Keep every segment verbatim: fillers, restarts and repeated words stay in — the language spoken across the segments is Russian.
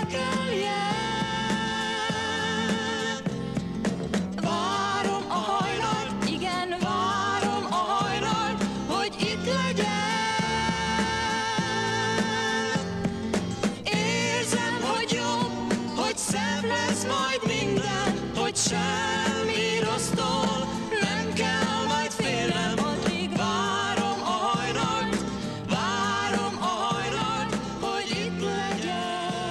elkeljen. Várom a hajnalt, igen, várom a hajnalt, hogy itt legyen. Érzem, hogy jobb, hogy szebb lesz majd minden, hogy semmi rossztól nem kell majd félnem. Addig várom a hajnalt, várom a hajnalt, hogy itt legyen.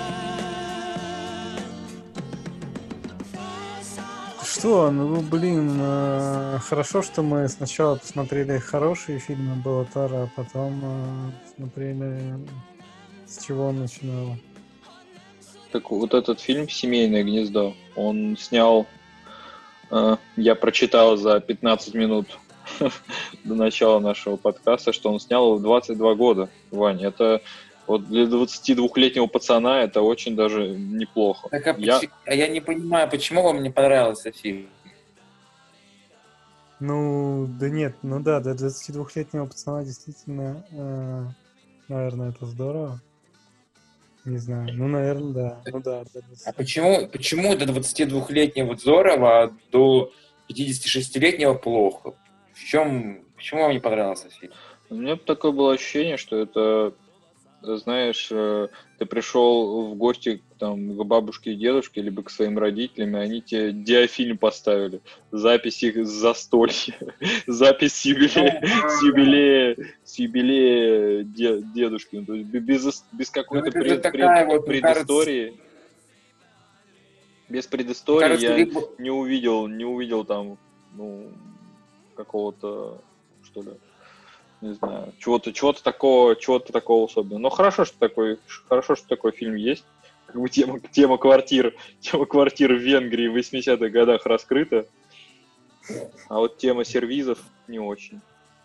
Felszáll a Что, ну блин, э, хорошо, что мы сначала посмотрели хорошие фильмы Беллатора, а потом э, смотрели, с чего он начинал. Так вот этот фильм «Семейное гнездо», он снял, э, я прочитал за пятнадцать минут до начала нашего подкаста, что он снял в двадцать два года, Вань. Это вот для двадцатидвухлетнего пацана это очень даже неплохо. Так, а, Я- почи- а я не понимаю, почему вам не понравился фильм? Ну, да нет, ну да, для двадцатидвухлетнего пацана действительно, э, наверное, это здорово. Не знаю, ну, наверное, да. Ну да, для А двадцати. почему, почему до двадцатидвухлетнего здорово, а до пятидесятишестилетнего плохо? В чем, почему вам не понравился фильм? У меня такое было ощущение, что это, знаешь, э, ты пришел в гости там, к бабушке и дедушке, либо к своим родителям, и они тебе диафильм поставили. Запись их с застолья, запись с юбилея, с юбилея, с юбилея де- дедушки. Ну, то есть бе- без, без какой-то Ну, это пред- такая пред- вот, мне кажется- предыстории. Без предыстории Кажется, я либо- не увидел, не увидел там, ну, какого-то, что ли, не знаю, чего-то, чего-то такого, чего-то такого особенного. Но хорошо, что такой, хорошо, что такой фильм есть. Как бы тема, тема квартир, тема квартир в Венгрии в восьмидесятых годах раскрыта. А вот тема сервизов не очень.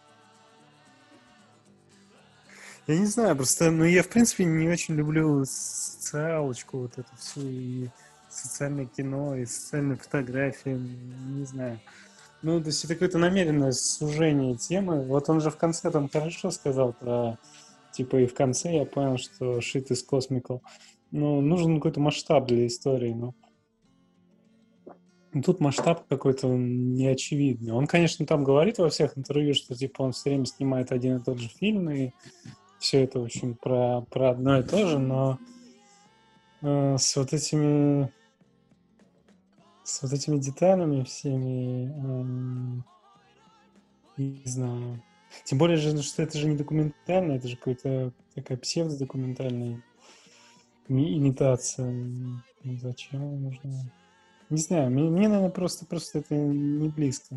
Я не знаю, просто, ну, я, в принципе, не очень люблю социалочку, вот эту всю, и социальное кино, и социальную фотографию, не знаю. Ну, то есть это какое-то намеренное сужение темы. Вот он же в конце там хорошо сказал про, типа, и в конце я понял, что shit is cosmical. Ну, нужен какой-то масштаб для истории, ну. Тут масштаб какой-то неочевидный. Он, конечно, там говорит во всех интервью, что, типа, он все время снимает один и тот же фильм, и все это, в общем, про, про одно и то же, но э, с вот этими с вот этими деталями всеми, эм, не знаю. Тем более же, что это же не документально, это же какая-то такая псевдодокументальная ми- имитация. Ну, зачем нужно? Не знаю, мне, мне, наверное, просто, просто это не близко.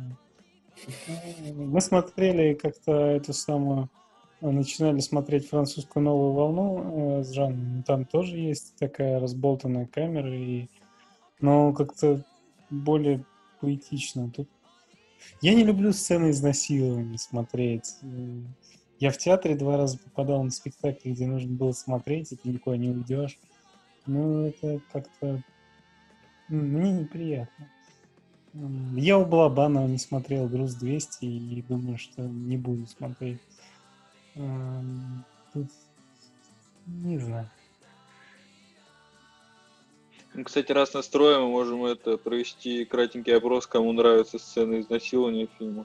Э, Мы смотрели как-то эту самую, э, начинали смотреть французскую новую волну э, с Жаном. Там тоже есть такая разболтанная камера, и... но как-то более поэтично. Тут... Я не люблю сцены изнасилования смотреть. Э, Я в театре два раза попадал на спектакль, где нужно было смотреть, и ты никуда не уйдешь. Ну, это как-то... м, Мне неприятно. М, Я у Балабанова не смотрел «Груз двести» и думаю, что не буду смотреть. Ам, Тут не знаю. Ну, кстати, раз настроим, мы можем это провести кратенький опрос, кому нравятся сцены изнасилования в фильмах.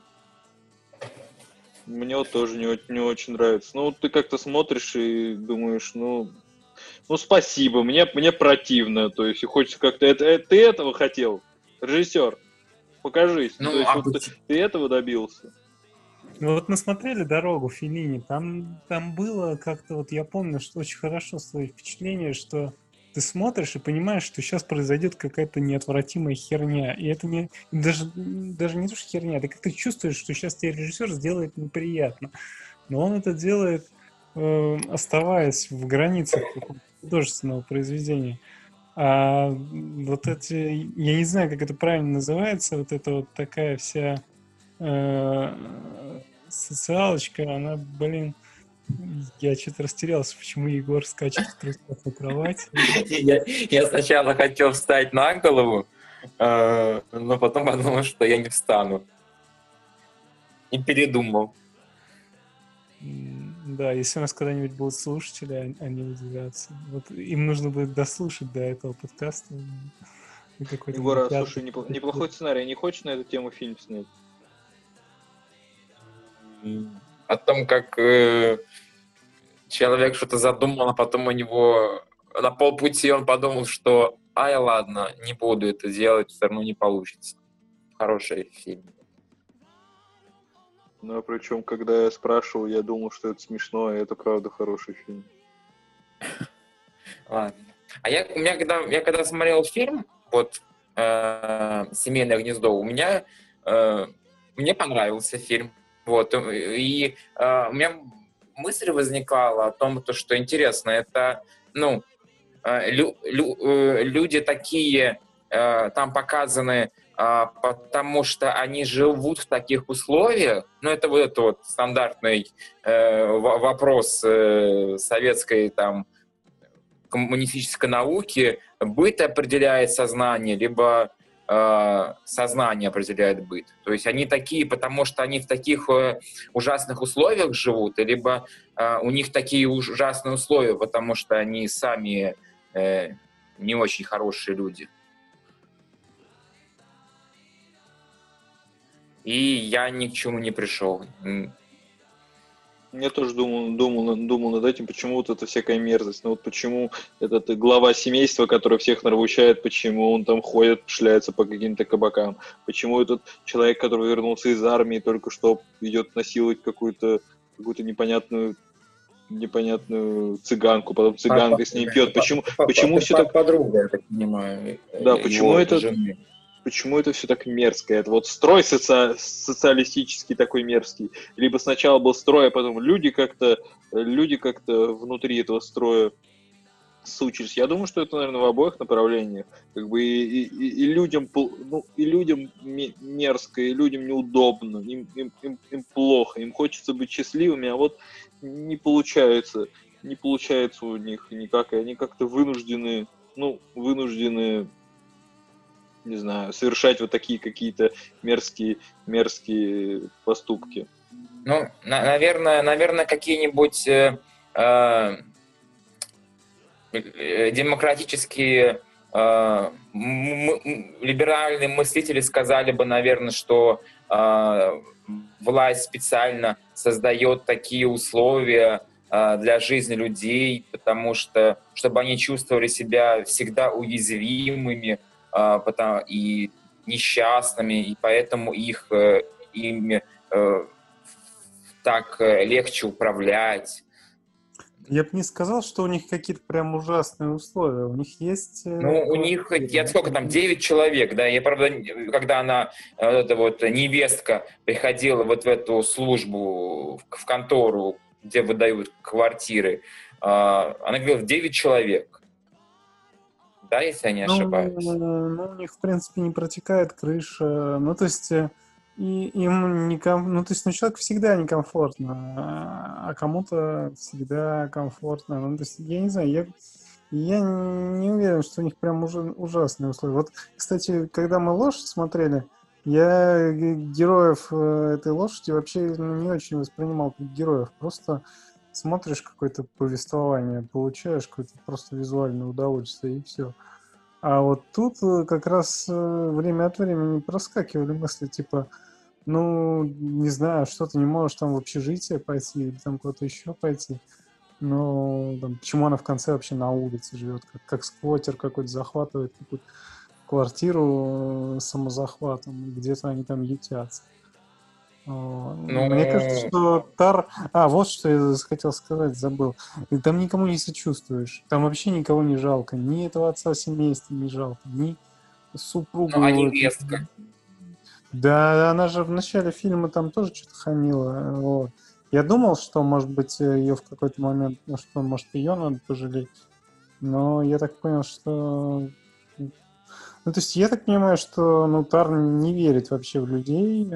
Мне вот тоже не, о- не очень нравится. Ну, вот ты как-то смотришь и думаешь, ну, ну спасибо, мне, мне противно. То есть и хочется как-то... Это, это- ты этого хотел, режиссер? Покажись. Ну, То есть а вот ты, поч- ты этого добился. Ну вот мы смотрели «Дорогу» Феллини, там, там было как-то, вот я помню, что очень хорошо свои впечатления, что ты смотришь и понимаешь, что сейчас произойдет какая-то неотвратимая херня. И это не даже, даже не то, что херня, ты как-то чувствуешь, что сейчас тебе режиссер сделает неприятно. Но он это делает, э, оставаясь в границах какого-то художественного произведения. А вот эти, я не знаю, как это правильно называется, вот эта вот такая вся э, социалочка, она, блин, я что-то растерялся, почему Егор скачет в трусах на кровать. Я, я сначала хотел встать на голову, э, но потом подумал, что я не встану. И передумал. М, Да, если у нас когда-нибудь будут слушатели, они, они удивятся. Вот им нужно будет дослушать до этого подкаста. И какой-то Егора, пятый. слушай, непло- неплохой сценарий. Не хочешь на эту тему фильм снять? О том, как э, человек что-то задумал, а потом у него на полпути он подумал, что ай, ладно, не буду это делать, все равно не получится. Хороший фильм. Ну, а причем, когда я спрашивал, я думал, что это смешно, и это правда хороший фильм. Ладно. А я, у меня, когда, я когда смотрел фильм, вот, э, «Семейное гнездо», у меня, э, мне понравился фильм. Вот, и э, у меня мысль возникала о том, то, что интересно, это, ну, э, лю, лю, э, люди такие, э, там показаны, э, потому что они живут в таких условиях, ну, это вот этот вот стандартный э, вопрос э, советской, там, коммунистической науки: быт определяет сознание, либо э, сознание определяет быт. То есть они такие, потому что они в таких э, ужасных условиях живут, либо э, у них такие ужасные условия, потому что они сами э, не очень хорошие люди. И я ни к чему не пришел. Я тоже думал, думал, думал над этим, почему вот эта всякая мерзость. Ну вот почему этот глава семейства, который всех нравоучает, почему он там ходит, шляется по каким-то кабакам. Почему этот человек, который вернулся из армии, только что идет насиловать какую-то какую-то непонятную непонятную цыганку, потом цыганка с ней пьет. Почему, почему все так... Подруга, я так понимаю. Да, почему это... Жены. Почему это все так мерзко? Это вот строй соци... социалистический такой мерзкий. Либо сначала был строй, а потом люди как-то люди как-то внутри этого строя сучились. Я думаю, что это, наверное, в обоих направлениях. Как бы и, и, и людям, ну, и людям мерзко, и людям неудобно, им, им, им, им плохо, им хочется быть счастливыми, а вот не получается, не получается у них никак, и они как-то вынуждены, ну, вынуждены, не знаю, совершать вот такие какие-то мерзкие, мерзкие поступки. Ну, на- наверное, наверное, какие-нибудь э, э, демократические э, м- м- либеральные мыслители сказали бы, наверное, что э, власть специально создает такие условия э, для жизни людей, потому что, чтобы они чувствовали себя всегда уязвимыми, Потому, и несчастными, и поэтому их э, ими э, так легче управлять. Я бы не сказал, что у них какие-то прям ужасные условия. У них есть... Ну, у них, я сколько там, девять человек, да, я, правда, когда она, вот эта вот невестка приходила вот в эту службу, в контору, где выдают квартиры, она говорила, девять человек. Да, если я не ошибаюсь. Ну, ну, у них, в принципе, не протекает крыша. Ну, то есть, и им не ком... Ну, то есть, ну, человеку всегда некомфортно, а кому-то всегда комфортно. Ну, то есть, я не знаю, я, я не уверен, что у них прям уже ужасные условия. Вот, кстати, когда мы «Лошадь» смотрели, я героев этой лошади вообще не очень воспринимал как героев. Просто смотришь какое-то повествование, получаешь какое-то просто визуальное удовольствие, и все. А вот тут как раз время от времени проскакивали мысли, типа, ну, не знаю, что ты не можешь там в общежитие пойти или там куда-то еще пойти. Ну, там, почему она в конце вообще на улице живет, как, как сквотер какой-то захватывает какую-то квартиру самозахватом, где-то они там ютятся. Ну... Мне кажется, что Тар... А, вот что я хотел сказать, забыл. Там никому не сочувствуешь. Там вообще никого не жалко. Ни этого отца семейства не жалко, ни супругу. Ну, а невестка? Да, она же в начале фильма там тоже что-то хамила. Вот. Я думал, что, может быть, ее в какой-то момент, ну, что, может, ее надо пожалеть. Но я так понял, что... Ну, то есть я так понимаю, что, ну, Тар не верит вообще в людей.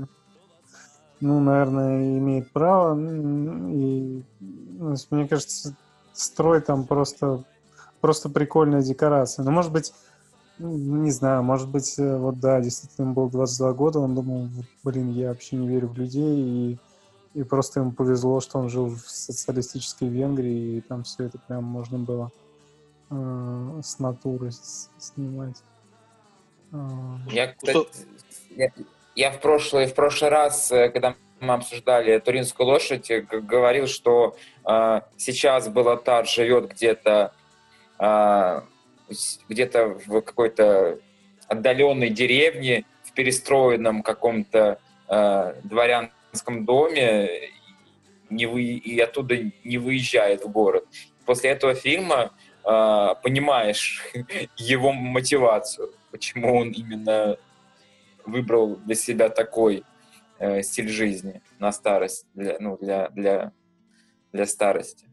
Ну, наверное, имеет право. И, ну, мне кажется, строй там просто, просто прикольная декорация. Но, может быть, не знаю, может быть, вот да, действительно, ему было двадцать два года, он думал, блин, я вообще не верю в людей, и И просто ему повезло, что он жил в социалистической Венгрии, и там все это прям можно было э, с натуры с- снимать. Э, Я, Что? кстати, я, я в прошлый, в прошлый раз, э, когда мы обсуждали «Туринскую лошадь», э, г- говорил, что э, сейчас Беллатар живет где-то э, с- где-то в какой-то отдаленной деревне, в перестроенном каком-то э, дворянском доме, не вы, и оттуда не выезжает в город. После этого фильма э, понимаешь его мотивацию, почему он именно выбрал для себя такой э, стиль жизни на старость, для, ну, для, для, для старости.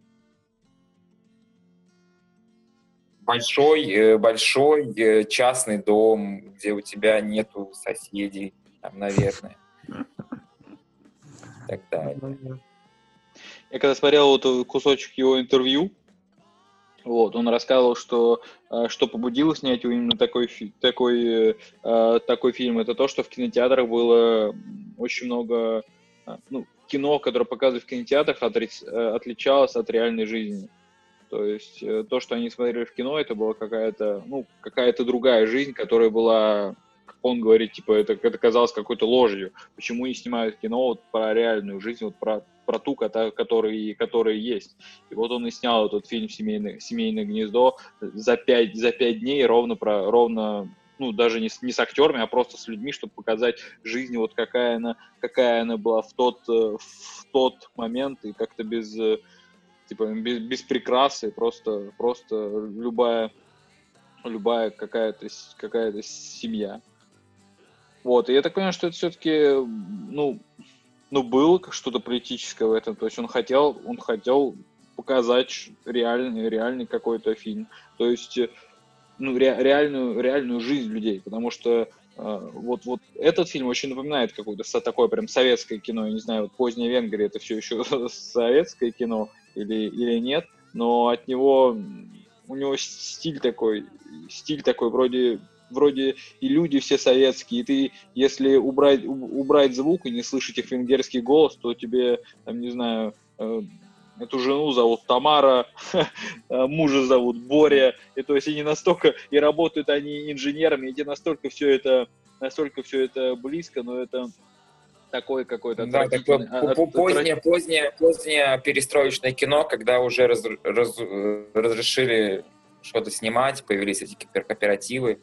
Большой, э, большой э, частный дом, где у тебя нету соседей, там, наверное, и так далее. ну, да. Я когда смотрел вот э, кусочек его интервью, вот, он рассказывал, что э, что побудило снять именно такой, фи- такой, э, э, такой фильм, это то, что в кинотеатрах было м, очень много, э, ну, кино, которое показывали в кинотеатрах, отри- э, отличалось от реальной жизни. То есть э, то, что они смотрели в кино, это была какая-то, ну, какая-то другая жизнь, которая была, как он говорит, типа, это, это казалось какой-то ложью. Почему не снимают кино вот про реальную жизнь, вот про, про ту, кото- которая, которая есть. И вот он и снял этот фильм «Семейное, семейное гнездо» за пять, за пять дней ровно про, ровно, ну, даже не с, не с актерами, а просто с людьми, чтобы показать жизнь, вот какая она, какая она была в тот, э, в тот момент, и как-то без... э, типа без, без прикрасы, просто, просто любая, любая какая-то, с- какая-то семья. Вот, и я так понимаю, что это все-таки, ну, ну, было как что-то политическое в этом, то есть он хотел, он хотел показать реальный, реальный какой-то фильм, то есть, э, ну, ре- реальную, реальную жизнь людей, потому что э, вот, вот этот фильм очень напоминает какое-то со- такое прям советское кино, я не знаю, вот «Поздняя Венгрия» это все еще советское кино или, или нет, но от него, м, у него стиль такой, стиль такой вроде, вроде и люди все советские, и ты, если убрать, у- убрать звук и не слышать их венгерский голос, то тебе, там, не знаю, э, эту жену зовут Тамара, мужа зовут Боря, и то есть они настолько, и работают они инженерами, и тебе настолько все это, настолько все это близко, но это такой какой-то Да, такое отвратительный, а- пу- от- пу- отвра- позднее, позднее, позднее перестроечное кино, когда уже раз- раз- э, разрешили что-то снимать, появились эти кипер- кооперативы.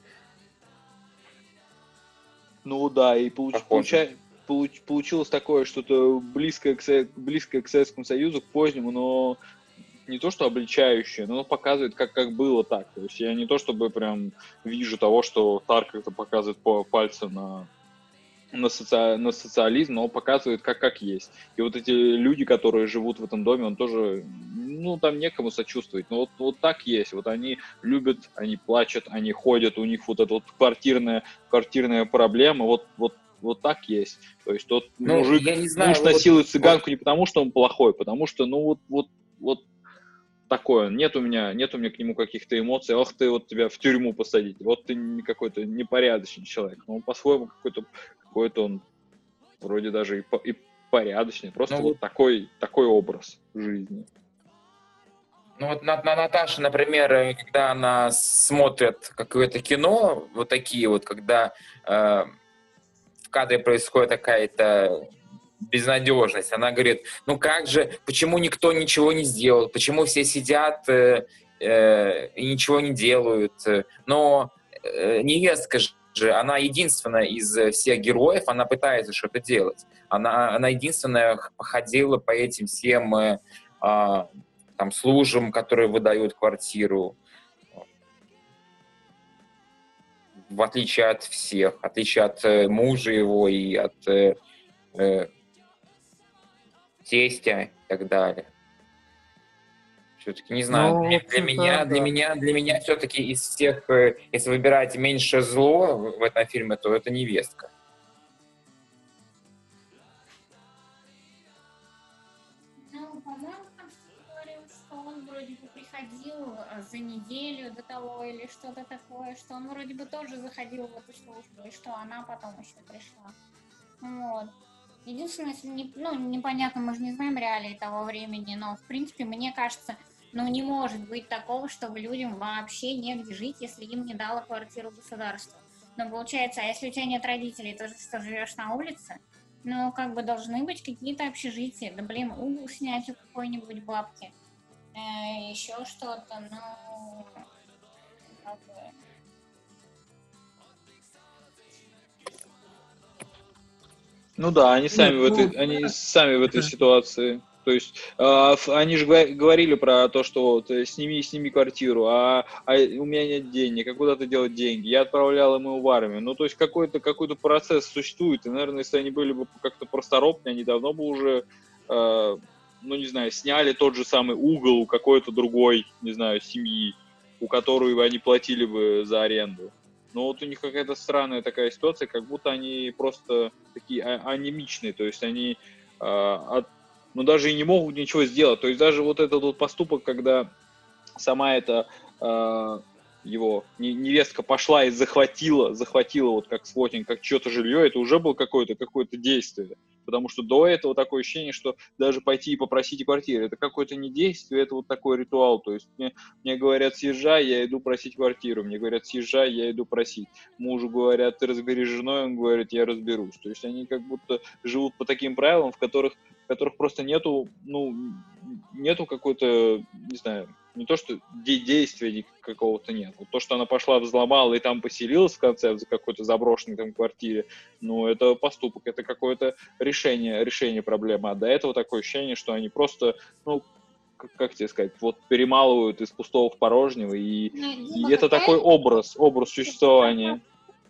ну да, и получ- Похоже. получа- получ- получилось такое что-то близкое к, Со- близкое к Советскому Союзу, к позднему, но не то, что обличающее, но оно показывает, как, как было так. То есть я не то, чтобы прям вижу того, что Тарк это показывает по пальцем на на, соци... на социализм, но он показывает, как, как есть. И вот эти люди, которые живут в этом доме, он тоже, ну, там некому сочувствовать. Но вот, вот так есть. Вот они любят, они плачут, они ходят, у них вот эта вот квартирная, квартирная проблема, вот, вот, вот так есть. То есть тот Ну, мужик, я не знаю, муж вот, насилует вот, цыганку не потому, что он плохой, потому что, ну, вот, вот, вот такое. Нет у меня, нет у меня к нему каких-то эмоций. Ох, ты вот тебя в тюрьму посадить. Вот ты не какой-то непорядочный человек. Но он по-своему какой-то, какой-то он вроде даже и, по- и порядочный. Просто ну, вот вот, такой, такой образ жизни. ну, вот на, на Наташе, например, э, когда она смотрит какое-то кино, вот такие вот, когда э, в кадре происходит какая-то безнадежность, она говорит, ну как же, почему никто ничего не сделал, почему все сидят э, э, и ничего не делают, но э, невестка же, она единственная из всех героев, она пытается что-то делать, она, она единственная ходила по этим всем э, а, там службам, которые выдают квартиру, в отличие от всех, в отличие от э, мужа его и от э, э, тестя и так далее. Все-таки не знаю, Ну, в для, для общем-то, меня, для да. меня, для меня все-таки из всех, э, если выбирать меньше зло в в этом фильме, то это невестка. Ну, по-моему, там что-то говорил, что он вроде бы приходил э, за неделю до того или что-то такое, что он вроде бы тоже заходил в эту службу, и что она потом еще пришла. Вот. Единственное, если не, ну, непонятно, мы же не знаем реалии того времени, но, в принципе, мне кажется, ну, не может быть такого, чтобы людям вообще негде жить, если им не дало квартиру государство. Но получается, а если у тебя нет родителей, ты же что, живешь на улице? Ну, как бы должны быть какие-то общежития. Да, блин, угол снять у какой-нибудь бабки. Э, еще что-то, ну, как бы... Ну да, они сами Нет, в этой, ну, они сами в этой это- ситуации. То есть а, ф- они же гва- говорили про то, что вот, э, сними, сними квартиру, а, а у меня нет денег, а куда ты делать деньги? Я отправлял им его в армию. Ну, то есть какой-то какой-то процесс существует, и, наверное, если они были бы как-то просторопнее, они давно бы уже, э, ну, не знаю, сняли тот же самый угол у какой-то другой, не знаю, семьи, у которой они платили бы за аренду. Но вот у них какая-то странная такая ситуация, как будто они просто такие а- анемичные, то есть они а, от- ну, даже и не могут ничего сделать. То есть даже вот этот вот поступок, когда сама эта а, его не- невестка пошла и захватила, захватила вот как свотинг, как чье-то жилье, это уже было какое-то какое-то действие. Потому что до этого такое ощущение, что даже пойти и попросить квартиру, это какое-то не действие, это вот такой ритуал. То есть мне, мне говорят, съезжай, я иду просить квартиру. Мне говорят, съезжай, я иду просить. Мужу говорят, ты разберись с женой, он говорит, я разберусь. То есть они как будто живут по таким правилам, в которых, в которых просто нету, ну, нету какой-то, не знаю, не то, что де- действия какого-то нет. Вот то, что она пошла, взломала и там поселилась в конце в какой-то заброшенной там квартире, ну, это поступок, это какое-то решение, решение проблемы. А до этого такое ощущение, что они просто, ну, как, как тебе сказать, вот перемалывают из пустого в порожнего, и, Ну, и Дима, это какая... такой образ, образ существования.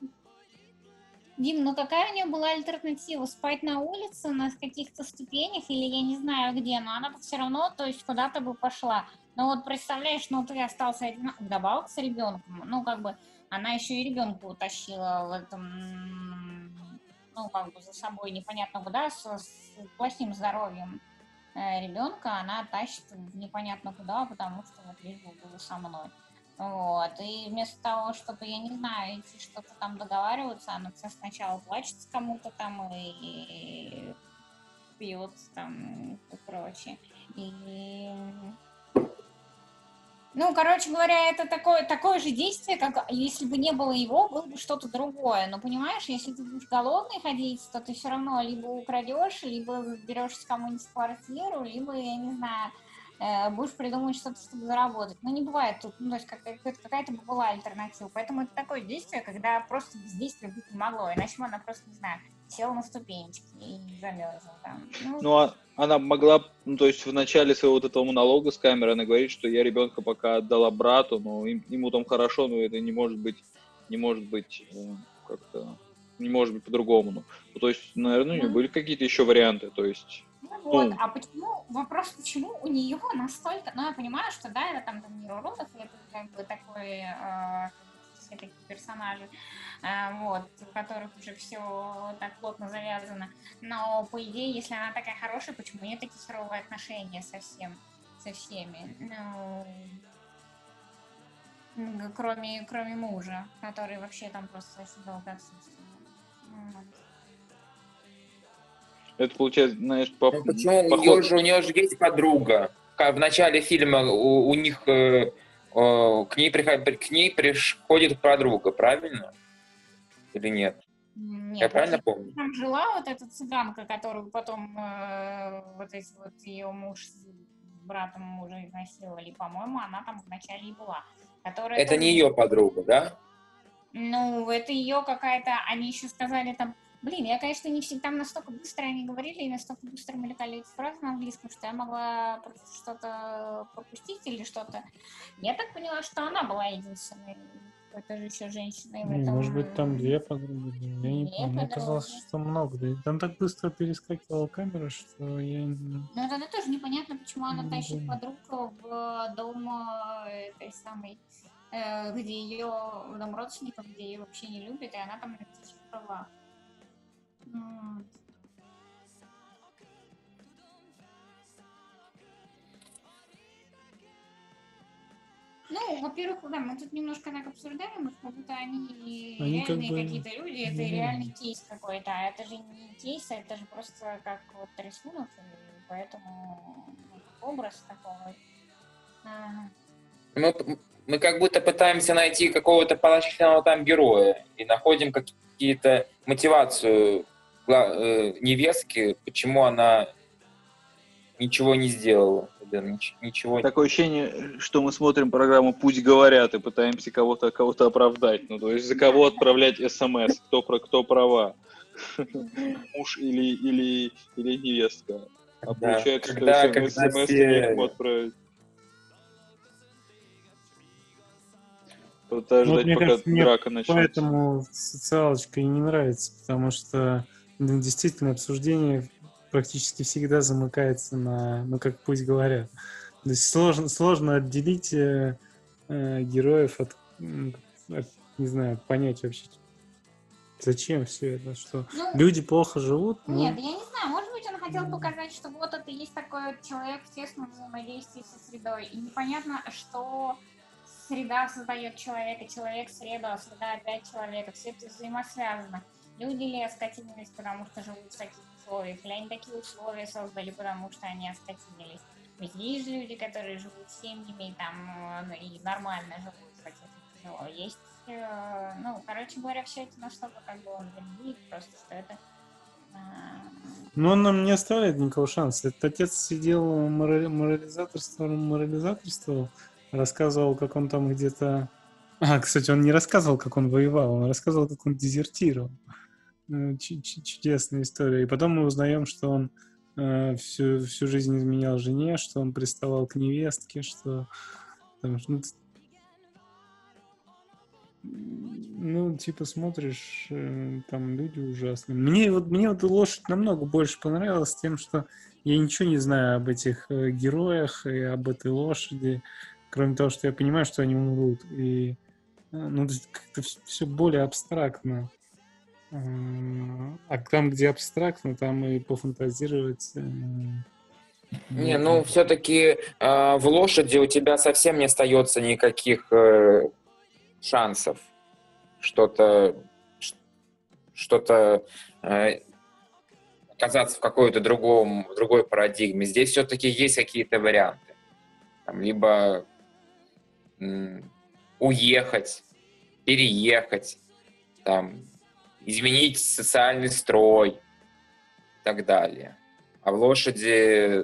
Дим, ну какая у нее была альтернатива? Спать на улице, на каких-то ступенях или я не знаю где, но она бы все равно, то есть куда-то бы пошла. Но вот представляешь, ну ты остался один, вдобавок с ребенком, ну как бы она еще и ребенка утащила в этом, ну как бы за собой непонятно куда, с, с плохим здоровьем э, ребенка она тащит в непонятно куда, потому что вот лишь бы было со мной. Вот. И вместо того, чтобы, я не знаю, идти что-то там договариваться, она все сначала плачет кому-то там и пьет там и прочее. И... Ну, короче говоря, это такое, такое же действие, как если бы не было его, было бы что-то другое. Но понимаешь, если ты будешь голодный ходить, то ты все равно либо украдешь, либо берешь кому-нибудь квартиру, либо, я не знаю, э, будешь придумывать что-то, чтобы заработать. Но не бывает тут, ну, то есть какая-то, какая-то бы была альтернатива. Поэтому это такое действие, когда просто бездействие быть не могло. Иначе бы она просто, не знаю, села на ступенечки и замерзла там. Ну, Ну, а она могла, ну, то есть в начале своего вот этого монолога с камерой она говорит, что я ребенка пока отдала брату, но им- ему там хорошо, но это не может быть, не может быть э, как-то, не может быть по-другому. Ну, Ну, то есть, наверное, у нее ну, были какие-то еще варианты, то есть, ну вот, ну, а почему, вопрос, почему у нее настолько, ну, я понимаю, что, да, это там, там мир уродов, и это как бы такой, э, все такие персонажи, э, вот, у которых уже все так плотно завязано, но, по идее, если она такая хорошая, почему у нее такие суровые отношения со всем, со всеми, ну, м, кроме, кроме мужа, который вообще там просто очень долго отсутствовал. Вот. это получается, знаешь, по, Ну почему? У нее поход. же, у нее же есть подруга. Как в начале фильма у, у них э, э, к ней приходит, к ней приходит подруга, правильно? Или нет? Я Нет, правильно подожди, помню? там жила вот эта цыганка, которую потом э, вот эти вот ее муж с братом мужа изнасиловали, по-моему, она там вначале и была, которая Это не тоже, ее подруга, да? ну, это ее какая-то, они еще сказали там, блин, я, конечно, не всегда там настолько быстро они говорили, и настолько быстро мелькали эти фразы на английском, что я могла просто что-то пропустить или что-то. Я так поняла, что она была единственной какой-то же еще женщиной в Не, может быть, там этом. две подруги были. Я не Две помню. Мне казалось, подруги. что много. Да и там так быстро перескакивала камера, что я не... Ну, тогда тоже непонятно, почему она не тащит помню. подругу в дом э, этой самой, э, где ее, в дом родственников, где ее вообще не любят, и она там на каких правах. М. Ну, во-первых, да, мы тут немножко так обсуждаем, как будто они, Они как реальные бы... какие-то люди, это ну, реальный кейс какой-то, а это же не кейс, это же просто как вот рисунок, и поэтому ну, образ такого. Ага. Мы, мы как будто пытаемся найти какого-то положительного там героя и находим какие-то мотивацию гла- э, невестки, почему она ничего не сделала. Да, нич- ничего. Такое ощущение, что мы смотрим программу «Пусть говорят» и пытаемся кого-то кого-то оправдать. Ну, то есть за кого отправлять смс, кто, про, кто права, муж или, или, или невестка. А Да. получается, что Когда, когда смс все... некому отправить. Подождать, Вот, мне пока кажется, мне драка начнется. поэтому социалочка и не нравится, потому что ну, действительно обсуждение практически всегда замыкается на, ну, как пусть говорят. То есть сложно, сложно отделить э, э, героев от, м, от, не знаю, понять вообще, зачем все это, что Ну, люди плохо живут, ну, нет, я не знаю, может быть, он хотел показать, что вот это есть такой вот человек в тесном взаимодействии со средой, и непонятно, что среда создает человека, человек среду, а среда опять человека, все это взаимосвязано. Люди ли оскотинились, потому что живут в таких условиях, или они такие условия создали, потому что они оскотинились. Ведь есть же люди, которые живут семьями, там, и нормально живут, хотя это тяжело. Есть, э, ну, короче говоря, все это настолько как бы он глядит, просто что это... э, но он нам не оставляет никакого шанса. Этот отец сидел, морали- морализаторствовал, морализаторствовал, рассказывал, как он там где-то... А, кстати, он не рассказывал, как он воевал, он рассказывал, как он дезертировал. Ну, чу- чу- чудесная история. И потом мы узнаем, что он э, всю, всю жизнь изменял жене, что он приставал к невестке, что... там, ну, т- ну, типа, смотришь, э, там люди ужасные. Мне вот, мне вот «Лошадь» намного больше понравилась тем, что я ничего не знаю об этих э, героях и об этой лошади, кроме того, что я понимаю, что они умрут. И, э, ну, то есть как-то все более абстрактно. Э, А там, где абстрактно, там и пофантазировать э, Не, ну можно. все-таки в лошади у тебя совсем не остается никаких э, шансов что-то ш- что-то э, оказаться в какой-то другом, в другой парадигме. Здесь все-таки есть какие-то варианты. Там, либо м, уехать, переехать, там, изменить социальный строй и так далее. А в лошади,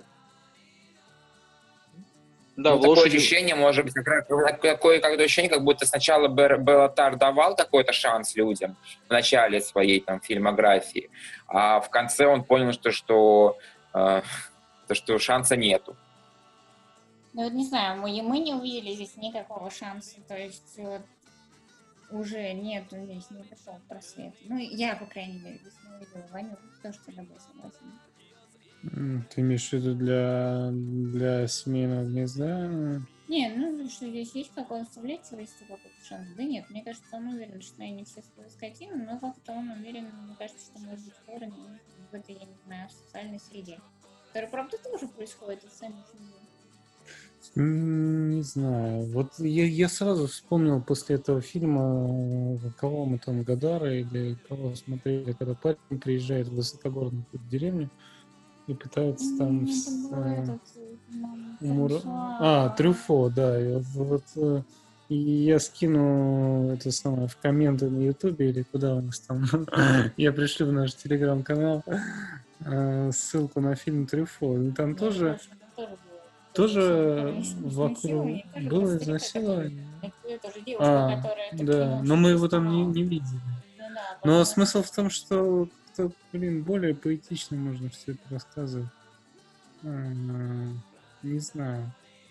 Да, ну, в такое лошади... ощущение, может быть, как раз такое как ощущение, как будто сначала Бер- Беллатар давал какой-то шанс людям в начале своей там фильмографии, а в конце он понял, что, что, э, то, что шанса нету. Ну, вот не знаю, мы, мы не увидели здесь никакого шанса, то есть вот уже нету здесь никакого просвета. Ну, я, по крайней мере, здесь не увидела. Ваня, тоже с тобой согласен. М, Ты имеешь в виду для, для семейного гнезда? Не, ну что здесь есть какое-то справедливости, какой-то шанс? Да нет, мне кажется, он уверен, что они все скотины, но как-то он уверен, мне кажется, что может быть корень в этой, я не знаю, социальной среде. Которая, правда, тоже происходит в социальной среде. М, Не знаю. Вот я, я сразу вспомнил после этого фильма, э, кого мы там, Гадара или кого смотрели, когда парень приезжает в высокогорную какую-то деревню и пытается там... Это с, был э, этот, по-моему, Мур- Франсуа. А, Трюфо, да. И вот, вот, э, и я скину это самое в комменты на Ютубе или куда у нас там. Я пришлю в наш телеграм-канал э, ссылку на фильм Трюфо. И там Нет, тоже, точно, там тоже было. тоже Конечно, вокруг изнасилование, тоже было быстрее, который... изнасилование. Это тоже девушка, А, которая так да, но мы его там не, приставала. не видели. Ну да, Но потом смысл в том, что, как-то, блин, более поэтично можно все это рассказывать. А, Не знаю.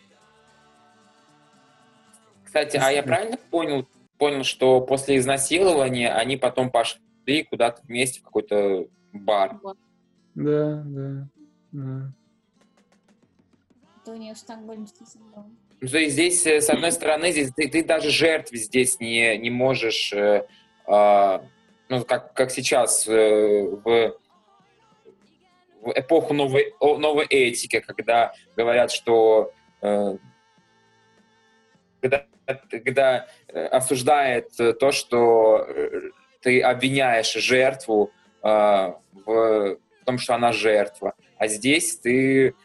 Кстати, Не а я знаю. правильно понял, понял, что после изнасилования они потом пошли куда-то вместе в какой-то бар? Да, да, да. это у нее стокгольмский синдром. Ну, то есть здесь, э, с одной стороны, здесь ты, ты даже жертве здесь не, не можешь, э, а, ну, как, как сейчас э, в, в эпоху новой, о- новой этики, когда говорят, что э, когда, когда э, осуждает э, то, что э, ты обвиняешь жертву э, в, в том, что она жертва. А здесь ты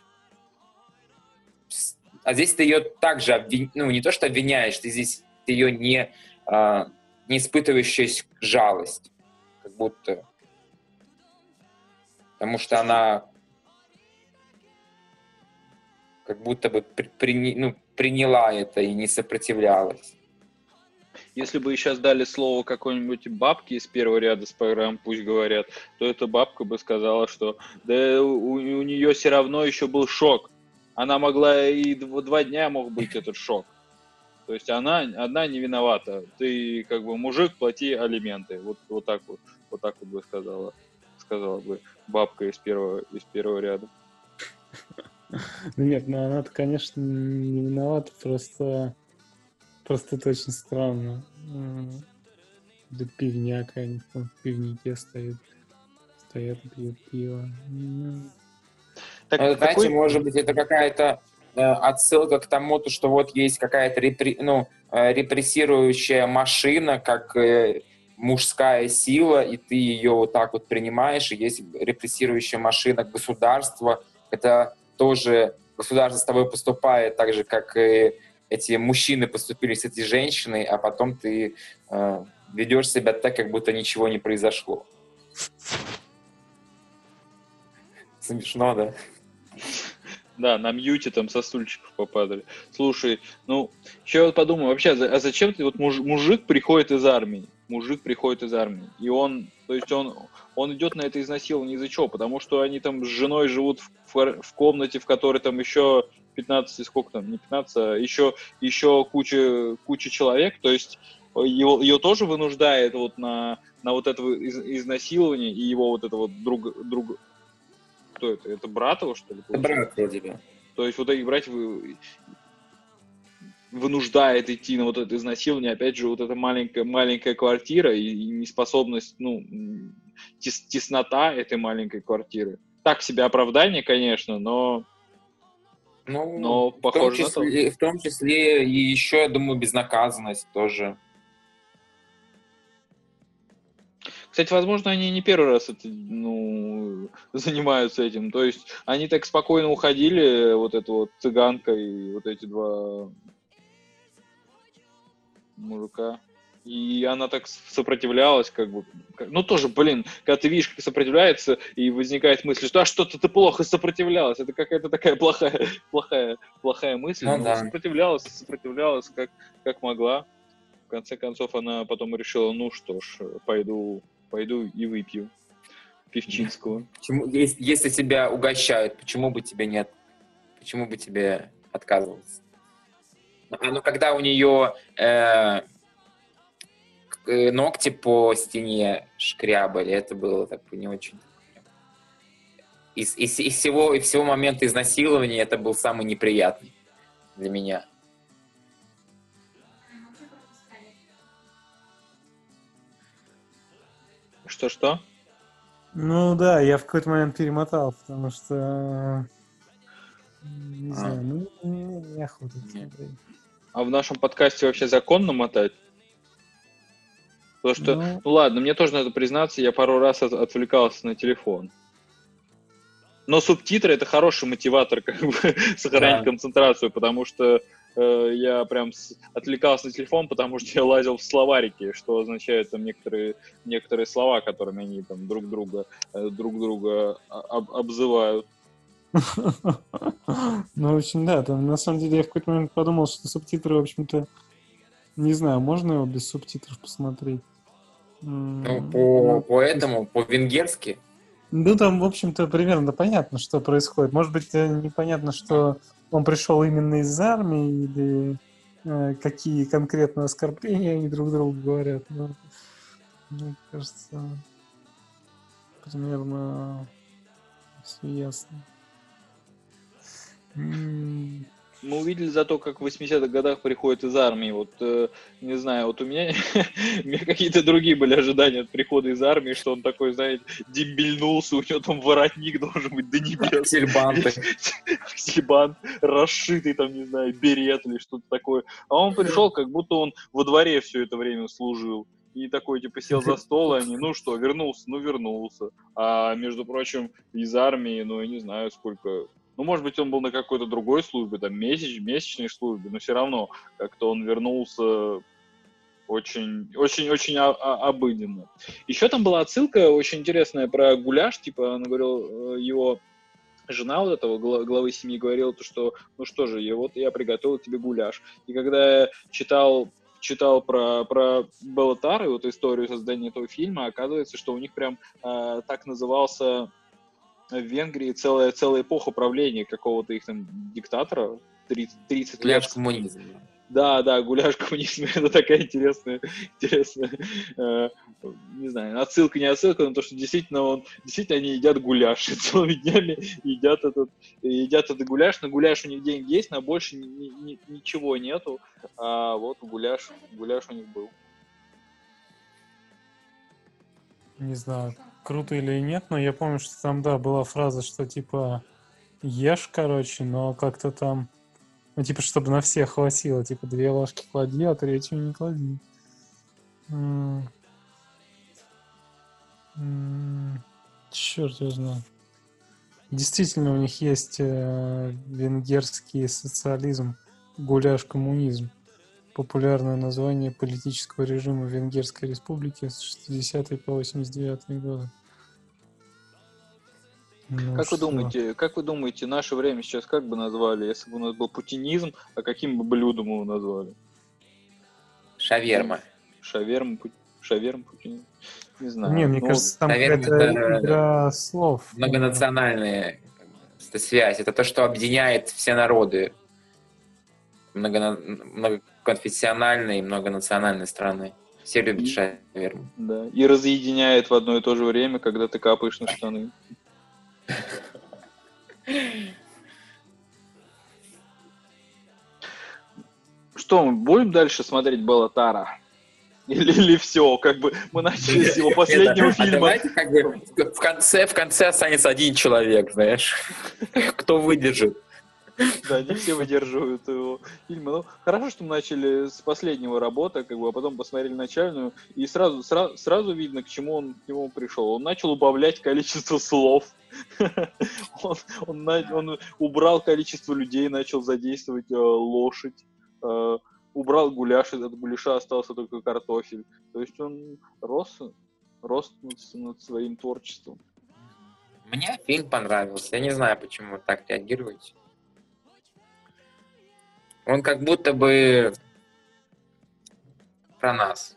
а здесь ты ее также обвин... ну, не то, что обвиняешь, ты здесь ты ее не, э, не испытывающая жалость. Как будто. Потому что она как будто бы при, при, ну, приняла это и не сопротивлялась. Если бы сейчас дали слово какой-нибудь бабке из первого ряда с программы «Пусть говорят», то эта бабка бы сказала, что да у, у нее все равно еще был шок. Она могла и дв- два дня мог быть этот шок. То есть она одна не виновата. Ты как бы мужик, плати алименты. Вот, вот так вот, вот так вот бы сказала, сказала бы бабка из первого, из первого ряда. Ну нет, ну она-то, конечно, не виновата, просто, просто это очень странно. М, Да пивняк, они там в пивнике стоят, стоят, пьют пиво. Ну, Так, Ну, знаете, такой... может быть, это какая-то э, отсылка к тому, то, что вот есть какая-то репри... ну, э, репрессирующая машина, как э, мужская сила, и ты ее вот так вот принимаешь, и есть репрессирующая машина государства. Это тоже государство с тобой поступает так же, как и эти мужчины поступили с этой женщиной, а потом ты э, ведешь себя так, как будто ничего не произошло. Смешно, да? Да, на мьюте там со стульчиков попадали. Слушай, ну, еще вот подумай, вообще, за- а зачем ты, вот муж- мужик приходит из армии, мужик приходит из армии, и он, то есть он, он идет на это изнасилование из-за чего? Потому что они там с женой живут в, квар- в комнате, в которой там еще пятнадцать, сколько там, не пятнадцать, а еще, еще куча, куча человек, то есть его, ее тоже вынуждает вот на, на вот это из- изнасилование и его вот это вот друг, друг, кто это? Это брат его, что ли, Это получается? брат вроде бы. То есть вот этих братьев вы- вынуждает идти на вот это изнасилование, опять же, вот эта маленькая, маленькая квартира и, и неспособность, ну, м, тес- теснота этой маленькой квартиры. Так себе оправдание, конечно, но, Ну, но в том похоже на то. числе, в том числе и еще, я думаю, безнаказанность тоже. Кстати, возможно, они не первый раз это, ну, занимаются этим. То есть они так спокойно уходили, вот эта вот цыганка и вот эти два мужика. И она так с- сопротивлялась, как бы. как- Ну, тоже, блин, когда ты видишь, как сопротивляется, и возникает мысль, что а что-то ты плохо сопротивлялась. Это какая-то такая плохая, плохая, плохая мысль. Ну Но да. сопротивлялась, сопротивлялась, как, как могла. В конце концов, она потом решила, ну что ж, пойду, пойду и выпью певчинского. Почему, ес- если тебя угощают, почему бы тебе нет? Почему бы тебе отказываться? А ну когда у нее э, к- э, ногти по стене шкрябали, это было так не очень. Из, из, из всего, из всего момента изнасилования это был самый неприятный для меня. Что-что? Ну да, я в какой-то момент перемотал, потому что, не А. знаю, ну, не, неохота Нет. смотреть. А в нашем подкасте вообще законно мотать? Потому что, Ну, ну ладно, мне тоже надо признаться, я пару раз от- отвлекался на телефон. Но субтитры — это хороший мотиватор, как бы, сохранить Да. концентрацию, потому что э, я прям с- отвлекался на телефон, потому что я лазил в словарики, что означают там некоторые, некоторые слова, которыми они там друг друга, э, друг друга а- об- обзывают. ну, в общем, да, там, на самом деле я в какой-то момент подумал, что субтитры, в общем-то, не знаю, можно его без субтитров посмотреть? Ну, М, по, ну, по то есть, этому, по-венгерски. ну, там, в общем-то, примерно понятно, что происходит. Может быть, э, непонятно, что он пришел именно из армии, или э, какие конкретно оскорбления они друг другу говорят. Но, мне кажется, примерно все ясно. М, мы увидели за то, как в восьмидесятых годах приходят из армии. Вот, э, не знаю, вот у меня, у меня какие-то другие были ожидания от прихода из армии, что он такой, знаете, дембельнулся, у него там воротник должен быть до небес. Аксельбанты. Аксельбант, расшитый там, не знаю, берет или что-то такое. А он пришел, как будто он во дворе все это время служил. И такой, типа, сел за стол, и они, ну что, вернулся? Ну, вернулся. А, между прочим, из армии, ну, я не знаю, сколько... Ну, может быть, он был на какой-то другой службе, там, месяч, месячной службе, но все равно как-то он вернулся очень, очень, очень о- о- обыденно. Еще там была отсылка очень интересная про гуляш, типа, он говорил, э, его жена вот этого гла- главы семьи говорила, то, что, ну что же, я, вот я приготовил тебе гуляш. И когда я читал читал про, про Беллатар и вот историю создания этого фильма, оказывается, что у них прям э, так назывался в Венгрии целая, целая эпоха правления какого-то их там диктатора, тридцать, тридцать лет. Гуляш коммунизм. Да, да, гуляш коммунизма, это такая интересная, интересная, э, не знаю, отсылка, не отсылка, но то, что действительно он, действительно они едят гуляш, и целыми днями едят этот, едят этот гуляш, на гуляш у них деньги есть, на больше ни, ни, ничего нету, а вот гуляш, гуляш у них был. Не знаю, круто или нет, но я помню, что там, да, была фраза, что типа ешь, короче, но как-то там, ну, типа, чтобы на всех хватило, типа, две ложки клади, а третью не клади. М, м, Черт его знает. Действительно, у них есть э, венгерский социализм, гуляш-коммунизм. Популярное название политического режима Венгерской республики с шестидесятых по восемьдесят девятые годы. Ну Как вы что? думаете, как вы думаете, наше время сейчас как бы назвали, если бы у нас был путинизм, а каким бы блюдом его назвали? Шаверма. Шаверма, пу- шаверма, путинизм? Не знаю. Не, мне Ну, кажется, там Наверное, какая-то это игра слов. многонациональная как бы, связь. Это то, что объединяет все народы многона- многоконфессиональной и многонациональной страны. Все любят И- шаверму. Да, и разъединяет в одно и то же время, когда ты капаешь на штаны. Что, мы будем дальше смотреть Беллатара? Или, или все, как бы мы начали с его последнего Это, а фильма. давайте как бы в конце, в конце останется один человек, знаешь, кто выдержит. Да, не все выдерживают его фильмы. Ну, хорошо, что мы начали с последнего работы, как бы, а потом посмотрели начальную, и сразу, сразу, сразу видно, к чему он, к чему он пришел. Он начал убавлять количество слов. Он, он, на- он убрал количество людей, начал задействовать э, лошадь. э, убрал гуляш, от гуляша остался только картофель. То есть он рос, рос над, над своим творчеством. Мне фильм понравился. Я не знаю, почему вы так реагируете. Он как будто бы про нас.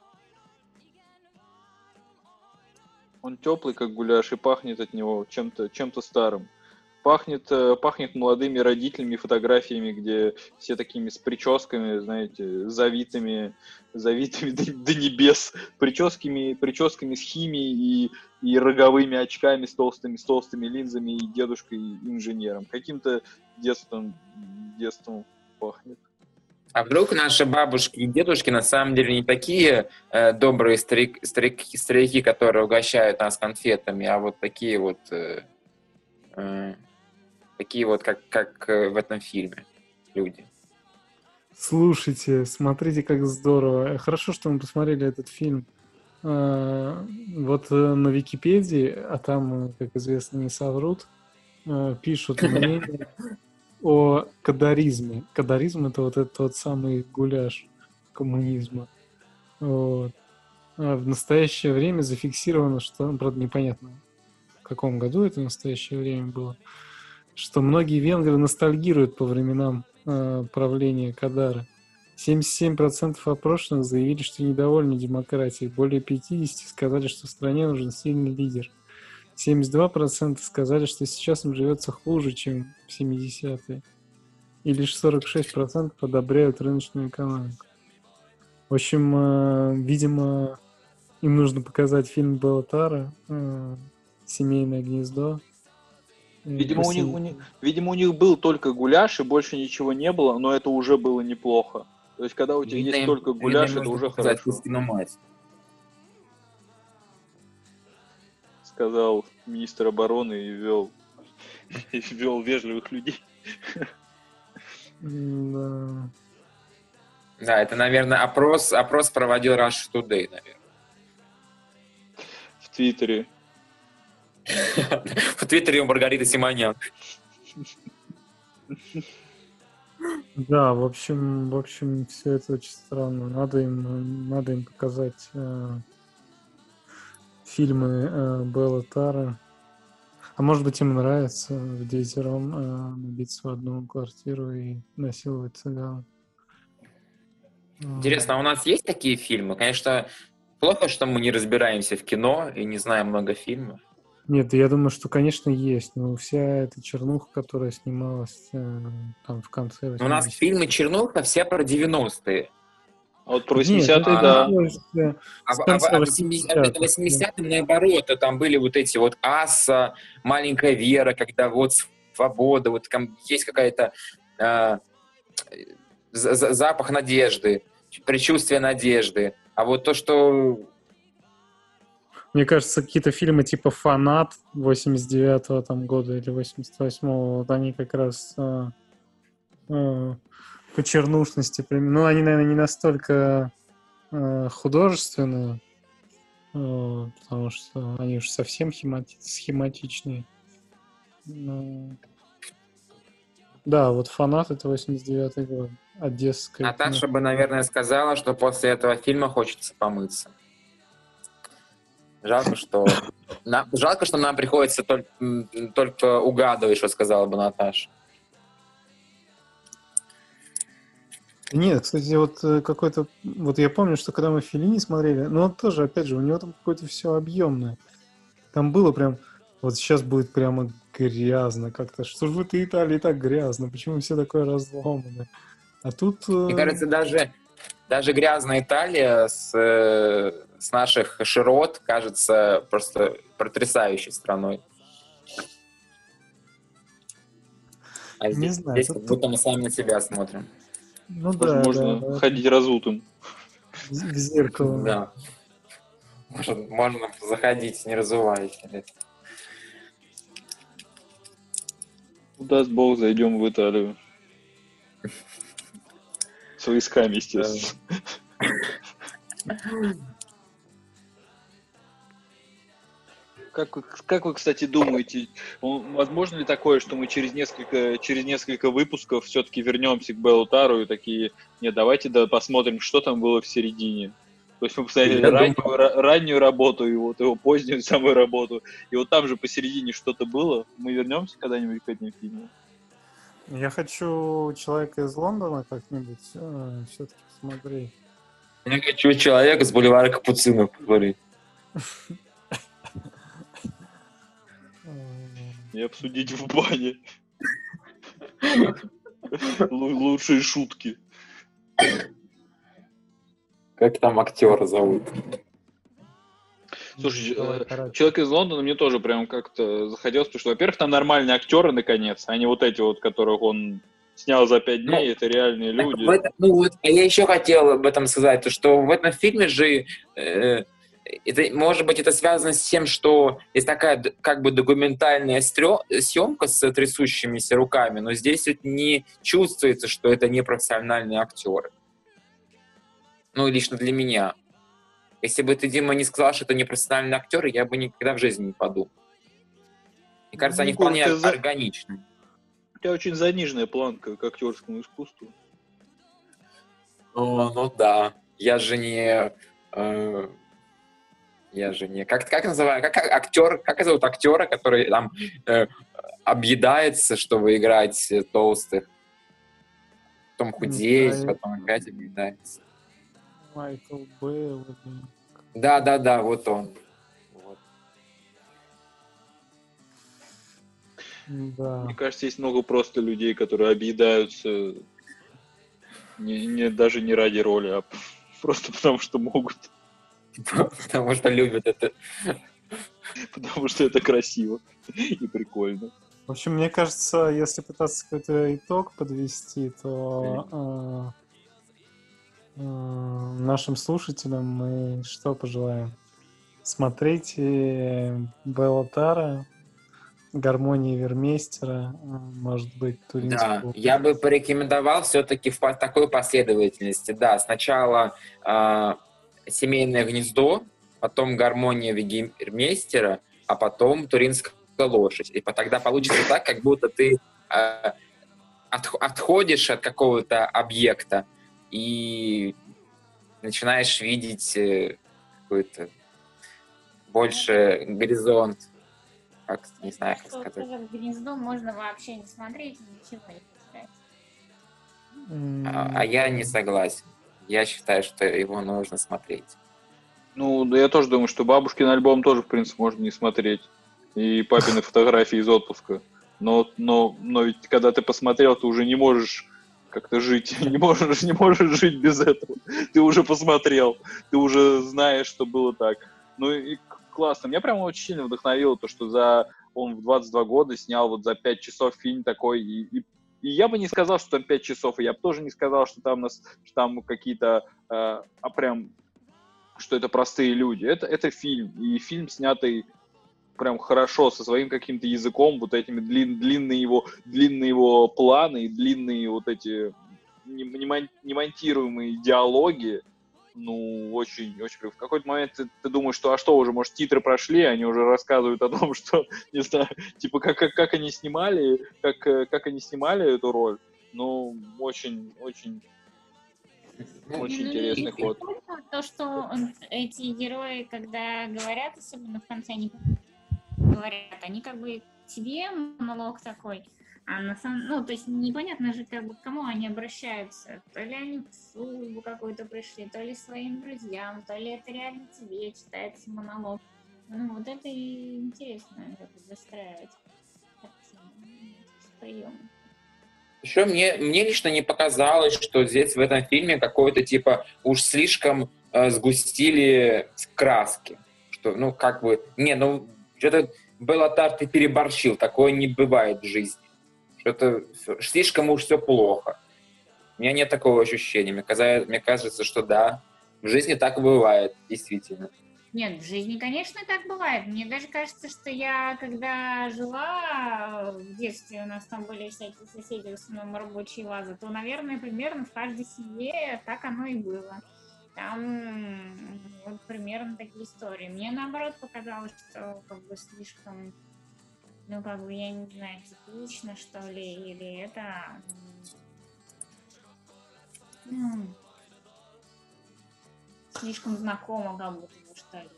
Он теплый, как гуляш, и пахнет от него чем-то, чем-то старым. Пахнет, э, пахнет молодыми родителями, фотографиями, где все такими с прическами, знаете, завитыми, завитыми до, до небес, прическами, прическами с химией и, и роговыми очками с толстыми, с толстыми линзами и дедушкой-инженером. Каким-то детством, детством пахнет. А вдруг наши бабушки и дедушки на самом деле не такие э, добрые старик, старики, старики, которые угощают нас конфетами, а вот такие вот, э, э, такие вот, как, как э, в этом фильме люди. Слушайте, смотрите, как здорово. Хорошо, что мы посмотрели этот фильм. А, Вот э, на Википедии, а там, э, как известно, не соврут, э, пишут мнение о кадаризме. Кадаризм — это вот этот тот самый гуляш коммунизма. Вот. А в настоящее время зафиксировано, что, ну, правда, непонятно, в каком году это настоящее время было, что многие венгры ностальгируют по временам э, правления Кадара. семьдесят семь процентов опрошенных заявили, что недовольны демократией. Более пятьдесят сказали, что в стране нужен сильный лидер. семьдесят два процента сказали, что сейчас им живется хуже, чем в семидесятые. И лишь сорок шесть процентов одобряют рыночную экономику. В общем, э, видимо, им нужно показать фильм Беллатара э, «Семейное гнездо». Видимо, у После- них, у них, видимо, у них был только гуляш, и больше ничего не было, но это уже было неплохо. То есть, когда у тебя Видно, есть им- только видно, гуляш, им это нужно уже показать хорошо, Кристину мать. сказал министр обороны и ввел, и ввел вежливых людей. М, Да. Да, это, наверное, опрос, опрос проводил Russia Today, наверное. В Твиттере. В Твиттере у Маргариты Симонян. Да, в общем, в общем, все это очень странно. Надо им, надо им показать э, фильмы э, Беллы Тары. А может быть, им нравится в девятером э, набиться в одну квартиру и насиловать цыган. Интересно, а у нас есть такие фильмы? Конечно, плохо, что мы не разбираемся в кино и не знаем много фильмов. Нет, я думаю, что, конечно, есть, но вся эта чернуха, которая снималась э, там в конце У нас восьмидесятых. фильмы Чернуха все про девяностые. А вот про Нет, восьмидесятые, это да. началось, э, А, с в- а, в- конца а в восьмидесятых, восьмидесятых. восьмидесятым, наоборот, а там были вот эти вот Аса, Маленькая Вера, когда вот свобода, вот там есть какая-то э, за- за- запах надежды, предчувствие надежды. А вот то, что... Мне кажется, какие-то фильмы типа «Фанат» восемьдесят девятого там года или восемьдесят восьмого, вот они как раз э, э, по чернушности. прям- Ну, они, наверное, не настолько э, художественные, э, потому что они уж совсем хемати- схематичные. Но- Да, вот «Фанат» — это восемьдесят девятый год. Одесская. Наташа бы, наверное, сказала, что после этого фильма хочется помыться. Жалко, что... на- Жалко, что нам приходится только, м, только угадывать, что сказала бы Наташа. Нет, кстати, вот э, какой-то... Вот я помню, что когда мы Феллини смотрели, ну, он тоже, опять же, у него там какое-то все объемное. Там было прям... Вот сейчас будет прямо грязно как-то. Что ж в этой Италии так грязно? Почему все такое разломанное? А тут... э, Мне кажется, даже, даже грязная Италия с, э, с наших широт кажется просто потрясающей страной. А Не здесь, знаю, здесь тут- как будто мы сами на себя смотрим. Ну Даже да, можно да, да. ходить разутым. В в зеркало. Да. Можно, можно заходить, не разуваясь. Даст Бог, зайдем в Италию. С войсками, естественно. Как вы, как вы, кстати, думаете, он- возможно ли такое, что мы через несколько, через несколько выпусков все-таки вернемся к Беллу Тару и такие, нет, давайте да, посмотрим, что там было в середине. То есть мы посмотрели Я раннюю, думаю- ра- раннюю работу и вот его позднюю самую работу, и вот там же посередине что-то было. Мы вернемся когда-нибудь к этим фильмам? Я хочу «Человека из Лондона» как-нибудь э, все-таки посмотреть. Я хочу человека с бульвара Капуцинов посмотреть. И обсудить в бане. Лу- Лучшие шутки. Как там актера зовут? Слушай, Николай э, Карачев. «Человек из Лондона» мне тоже прям как-то захотелось, потому что, во-первых, там нормальные актеры, наконец, а не вот эти вот, которых он снял за пять дней, Ну, это реальные Так люди. в этом- ну вот, а я еще хотел об этом сказать, то, что в этом фильме же, э, это, может быть, это связано с тем, что есть такая д- как бы документальная стрё- съемка с трясущимися руками, но здесь вот не чувствуется, что это не профессиональные актеры. Ну, лично для меня. Если бы ты, Дима, не сказал, что это не профессиональные актеры, я бы никогда в жизни не подумал. Мне кажется, они Егор, вполне ты за- органичны. У тебя очень заниженная планка к актерскому искусству. О, ну да. Я же не... э, я же не... Как, как называю? Как а- актер? Как зовут актера, который там э, объедается, чтобы играть э, толстых? Потом худеет, да, потом опять объедается. Майкл Бэй. вот, блин. Да-да-да, вот он. Вот. Да. Мне кажется, есть много просто людей, которые объедаются не, не- даже не ради роли, а просто потому что могут, Потому что любят это. потому что это красиво и прикольно. В общем, мне кажется, если пытаться какой-то итог подвести, то э, э, нашим слушателям мы что пожелаем? Смотрите Белла Тара, Гармонии Вермеестера, э, может быть, Да, Туринскую. я бы порекомендовал все-таки в по- такой последовательности. Да, сначала э, «Семейное гнездо», потом «Гармония Вермеестера», а потом «Туринская лошадь». И по- тогда получится так, как будто ты э, от- отходишь от какого-то объекта и начинаешь видеть э, какой-то больше горизонт. Как, не знаю, как Что сказать. тоже гнездо можно вообще не смотреть и ничего не потерять. А, а я не согласен. Я считаю, что его нужно смотреть. Ну, да я тоже думаю, что бабушкин альбом тоже, в принципе, можно не смотреть. И папины фотографии из отпуска. Но, но, но ведь когда ты посмотрел, ты уже не можешь как-то жить. Не можешь, не можешь жить без этого. Ты уже посмотрел. Ты уже знаешь, что было так. Ну и классно. Меня прямо очень сильно вдохновило то, что за он в двадцать два года снял вот за пять часов фильм такой. И, и, и я бы не сказал, что там пять часов. И я бы тоже не сказал, что там, нас, что там какие-то... Э, а прям что это простые люди. Это, это фильм. И фильм, снятый прям хорошо, со своим каким-то языком, вот этими длин, длинные, его, длинные его планы и длинные вот эти не, не, мон, не монтируемые диалоги. Ну, очень, очень... В какой-то момент ты, ты думаешь, что а что уже, может, титры прошли, они уже рассказывают о том, что, не знаю, типа, как, как, как они снимали, как, как они снимали эту роль. Ну, очень, очень... Очень Ну, интересный и ход. то, что он- эти герои, когда говорят, особенно в конце, они говорят, они как бы тебе монолог такой, а на самом, ну, то есть непонятно же, как бы, к кому они обращаются. То ли они в службу какую-то пришли, то ли своим друзьям, то ли это реально тебе читается монолог. Ну, вот это и интересно, как бы застраивать картину, прием. Еще мне, мне лично не показалось, что здесь в этом фильме какой-то типа уж слишком э, сгустили краски. Что, ну, как бы, не, ну, что-то Белла Тар, ты переборщил, такое не бывает в жизни. Что-то слишком уж все плохо. У меня нет такого ощущения. Мне кажется, мне кажется, что да, в жизни так и бывает, действительно. Нет, в жизни, конечно, так бывает. Мне даже кажется, что я, когда жила в детстве, у нас там были всякие соседи, в основном рабочие вазы, то, наверное, примерно в каждой семье так оно и было. Там вот примерно такие истории. Мне, наоборот, показалось, что как бы слишком, ну, как бы, я не знаю, типично, что ли, или это... м, слишком знакомо, как будто бы, что ли.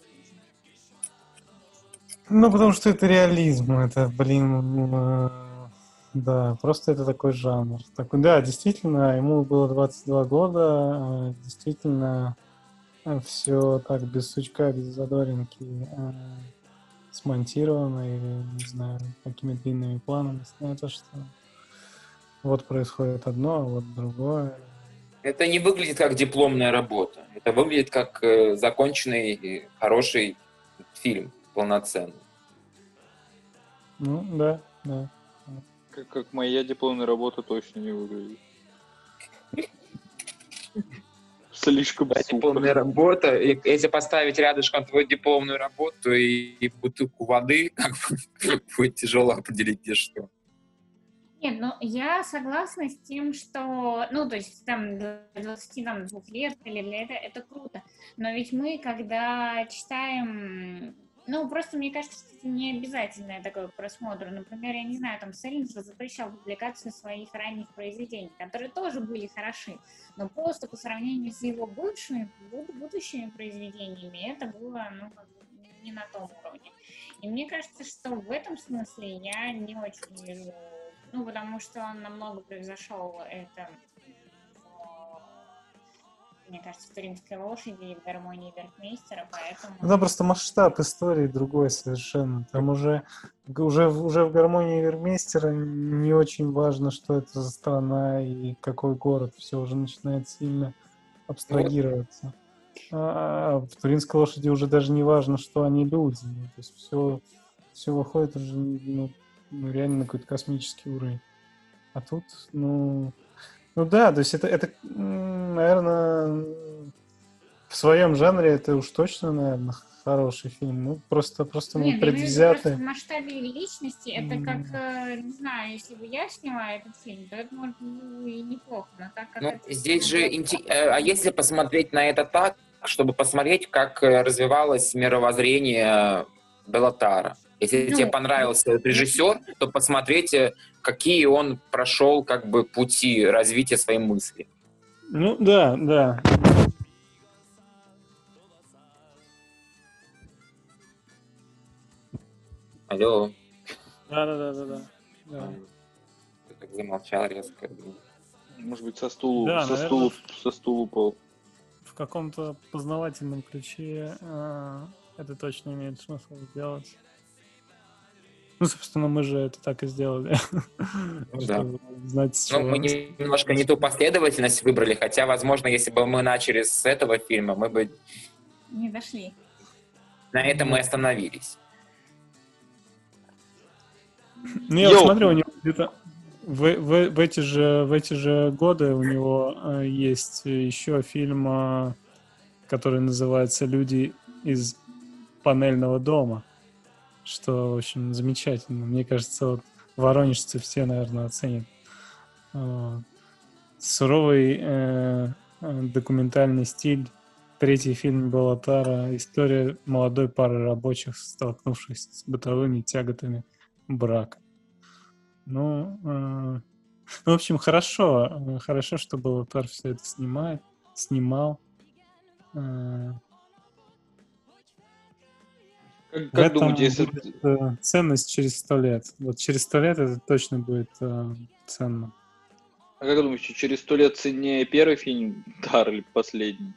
Ну, потому что это реализм, это, блин, э, да, просто это такой жанр. Такой, да, действительно, ему было двадцать два года, э, действительно, все так без сучка, без задоринки э, смонтировано, или, не знаю, какими длинными планами снято, что вот происходит одно, а вот другое. Это не выглядит как дипломная работа. Это выглядит как э, законченный и хороший фильм, полноценный. Ну, да, да. Как, как моя дипломная работа точно не выглядит. Слишком Да, сухо. дипломная работа. И если поставить рядышком твою дипломную работу и, и бутылку воды, как бы, будет тяжело определить, где что. Нет, ну я согласна с тем, что, ну, то есть там для двадцати двух лет или для этого это круто. Но ведь мы, когда читаем, ну, просто мне кажется, что это не обязательное такое к просмотру. Например, я не знаю, там Селлинджер запрещал публикацию своих ранних произведений, которые тоже были хороши, но просто по сравнению с его бывшими, буд- будущими произведениями, это было, ну, как бы не на том уровне. И мне кажется, что в этом смысле я не очень вижу. Ну, потому что он намного превзошел это, в, мне кажется, в «Туринской лошади» и в «Гармонии Веркмейстера», поэтому... Ну, там просто масштаб истории другой совершенно. Там уже, уже, уже в «Гармонии Вермеестера» не очень важно, что это за страна и какой город. Все уже начинает сильно абстрагироваться. А в «Туринской лошади» уже даже не важно, что они люди. То есть все, все выходит уже, ну, ну, реально на какой-то космический уровень. А тут, ну... Ну да, то есть это, это наверное, в своем жанре это уж точно, наверное, хороший фильм. Ну, просто, просто мы Нет, я имею в виду просто в предвзяты. масштабе личности, это как, М, э, не знаю, если бы я снимала этот фильм, то это может было и неплохо, но так как Ну, это здесь же, сделано инте- э, а если посмотреть на это так, чтобы посмотреть, как э, развивалось мировоззрение Беллатара. Если тебе ну, понравился этот я- режиссер, то посмотреть, э, какие он прошел как бы пути развития своей мысли. Ну да, да. Алло. Да, да, да, да, да. Да, Ты так замолчал резко. Может быть, со стулу, да, со наверное, стулу, в, со стулу упал. в каком-то познавательном ключе а, это точно имеет смысл сделать. Ну, собственно, мы же это так и сделали. Ну да. Чтобы знать, с Ну, чего... мы немножко не ту последовательность выбрали, хотя, возможно, если бы мы начали с этого фильма, мы бы не дошли. на этом и Да. остановились. Ну, я вот Йоу. смотрю, у него где-то в, в, в эти же, в эти же годы у него э, есть еще фильм, э, который называется «Люди из панельного дома», что очень замечательно. Мне кажется, вот воронежцы все, наверное, оценят. Э, суровый э, э, документальный стиль. Третий фильм Беллатара. История молодой пары рабочих, столкнувшихся с бытовыми тяготами брака. Ну, э, ну, в общем, хорошо. э, Хорошо, что Беллатар все это снимает, снимал. Э, Как, В как этом думаете, если... будет э, ценность через сто лет. Вот через сто лет это точно будет э, ценно. А как думаете, через сто лет ценнее первый фильм Тар или последний?